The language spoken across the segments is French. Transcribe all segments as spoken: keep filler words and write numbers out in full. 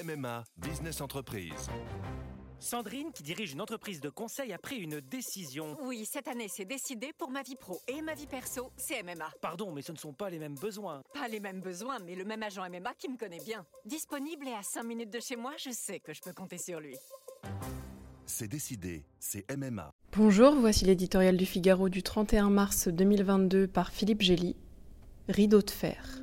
M M A Business Entreprise. Sandrine, qui dirige une entreprise de conseil, a pris une décision. Oui, cette année, c'est décidé pour ma vie pro et ma vie perso, c'est M M A. Pardon, mais ce ne sont pas les mêmes besoins. Pas les mêmes besoins, mais le même agent M M A qui me connaît bien. Disponible et à cinq minutes de chez moi, je sais que je peux compter sur lui. C'est décidé, c'est M M A. Bonjour, voici l'éditorial du Figaro du trente et un mars deux mille vingt-deux par Philippe Gély. Rideau de fer.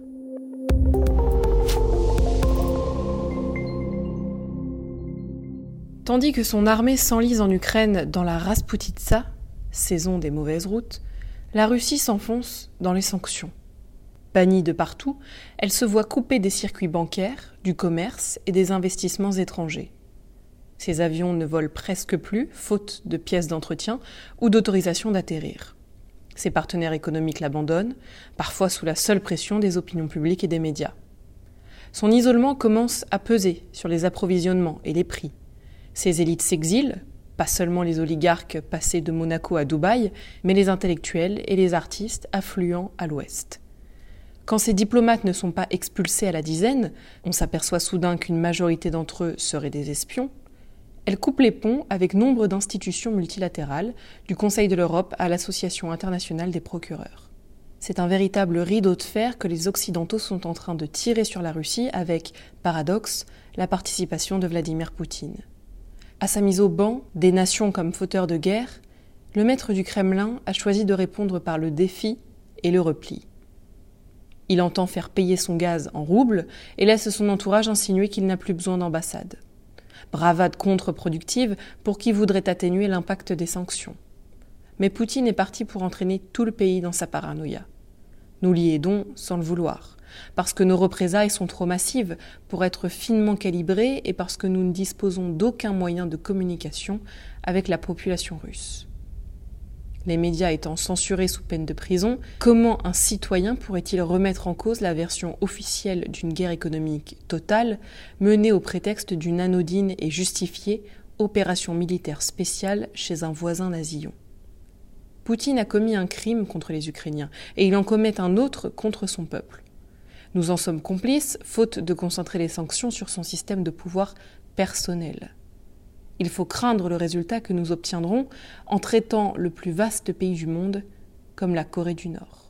Tandis que son armée s'enlise en Ukraine dans la Rasputitsa, saison des mauvaises routes, la Russie s'enfonce dans les sanctions. Bannie de partout, elle se voit couper des circuits bancaires, du commerce et des investissements étrangers. Ses avions ne volent presque plus, faute de pièces d'entretien ou d'autorisation d'atterrir. Ses partenaires économiques l'abandonnent, parfois sous la seule pression des opinions publiques et des médias. Son isolement commence à peser sur les approvisionnements et les prix. Ses élites s'exilent, pas seulement les oligarques passés de Monaco à Dubaï, mais les intellectuels et les artistes affluant à l'ouest. Quand ces diplomates ne sont pas expulsés à la dizaine, on s'aperçoit soudain qu'une majorité d'entre eux seraient des espions. Elle coupe les ponts avec nombre d'institutions multilatérales, du Conseil de l'Europe à l'Association internationale des procureurs. C'est un véritable rideau de fer que les Occidentaux sont en train de tirer sur la Russie avec, paradoxe, la participation de Vladimir Poutine. À sa mise au banc des nations comme fauteurs de guerre, le maître du Kremlin a choisi de répondre par le défi et le repli. Il entend faire payer son gaz en roubles et laisse son entourage insinuer qu'il n'a plus besoin d'ambassade. Bravade contre-productive pour qui voudrait atténuer l'impact des sanctions. Mais Poutine est parti pour entraîner tout le pays dans sa paranoïa. Nous l'y aidons sans le vouloir, parce que nos représailles sont trop massives pour être finement calibrées et parce que nous ne disposons d'aucun moyen de communication avec la population russe. Les médias étant censurés sous peine de prison, comment un citoyen pourrait-il remettre en cause la version officielle d'une guerre économique totale menée au prétexte d'une anodine et justifiée opération militaire spéciale chez un voisin nasillon ? Poutine a commis un crime contre les Ukrainiens et il en commet un autre contre son peuple. Nous en sommes complices, faute de concentrer les sanctions sur son système de pouvoir personnel. Il faut craindre le résultat que nous obtiendrons en traitant le plus vaste pays du monde comme la Corée du Nord.